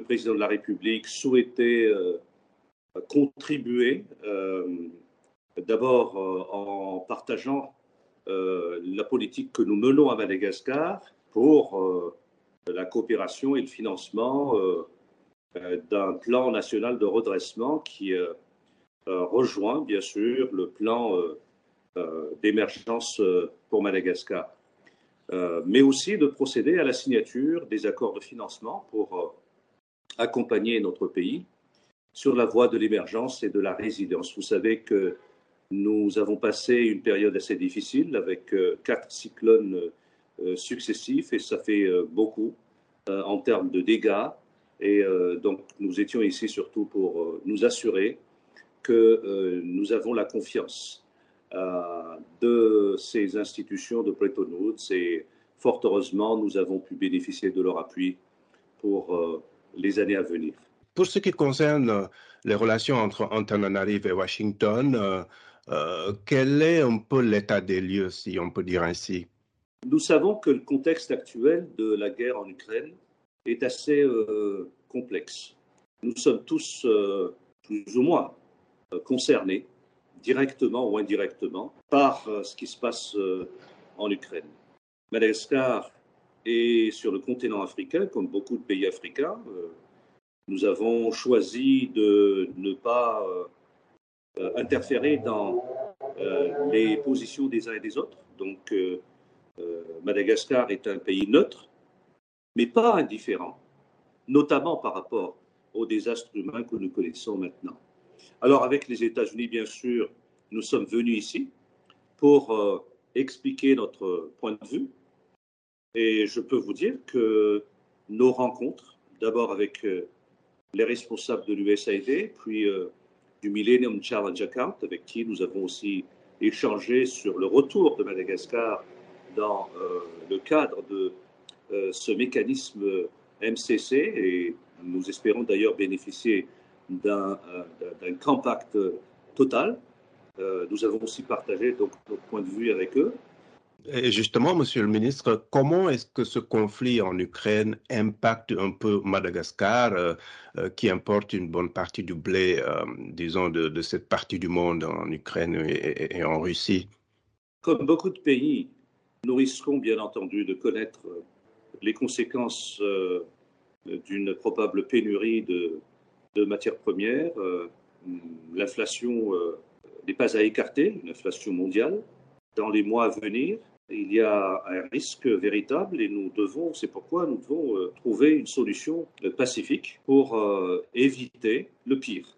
président de la République souhaitait contribuer d'abord en partageant la politique que nous menons à Madagascar pour la coopération et le financement d'un plan national de redressement qui rejoint bien sûr le plan d'émergence pour Madagascar, mais aussi de procéder à la signature des accords de financement pour accompagner notre pays sur la voie de l'émergence et de la résilience. Vous savez que nous avons passé une période assez difficile avec 4 cyclones successifs et ça fait beaucoup en termes de dégâts. Et donc nous étions ici surtout pour nous assurer que nous avons la confiance de ces institutions de Bretton Woods et fort heureusement nous avons pu bénéficier de leur appui pour les années à venir. Pour ce qui concerne les relations entre Antananarivo et Washington, quel est un peu l'état des lieux, si on peut dire ainsi? Nous savons que le contexte actuel de la guerre en Ukraine est assez complexe. Nous sommes tous plus ou moins concernés, directement ou indirectement, par ce qui se passe en Ukraine. Madagascar est sur le continent africain, comme beaucoup de pays africains. Nous avons choisi de ne pas interférer dans les positions des uns et des autres. Donc, Madagascar est un pays neutre, mais pas indifférent, notamment par rapport aux désastres humains que nous connaissons maintenant. Alors, avec les États-Unis, bien sûr, nous sommes venus ici pour expliquer notre point de vue. Et je peux vous dire que nos rencontres, d'abord avec les responsables de l'USAID, puis du Millennium Challenge Account, avec qui nous avons aussi échangé sur le retour de Madagascar dans le cadre de ce mécanisme MCC, et nous espérons d'ailleurs bénéficier d'un compact total. Nous avons aussi partagé donc notre point de vue avec eux. Et justement, Monsieur le ministre, comment est-ce que ce conflit en Ukraine impacte un peu Madagascar, qui importe une bonne partie du blé, disons, de cette partie du monde, en Ukraine et en Russie? Comme beaucoup de pays, nous risquons bien entendu de connaître les conséquences d'une probable pénurie de matières premières. L'inflation n'est pas à écarter, une inflation mondiale. Dans les mois à venir, il y a un risque véritable et c'est pourquoi nous devons trouver une solution pacifique pour éviter le pire.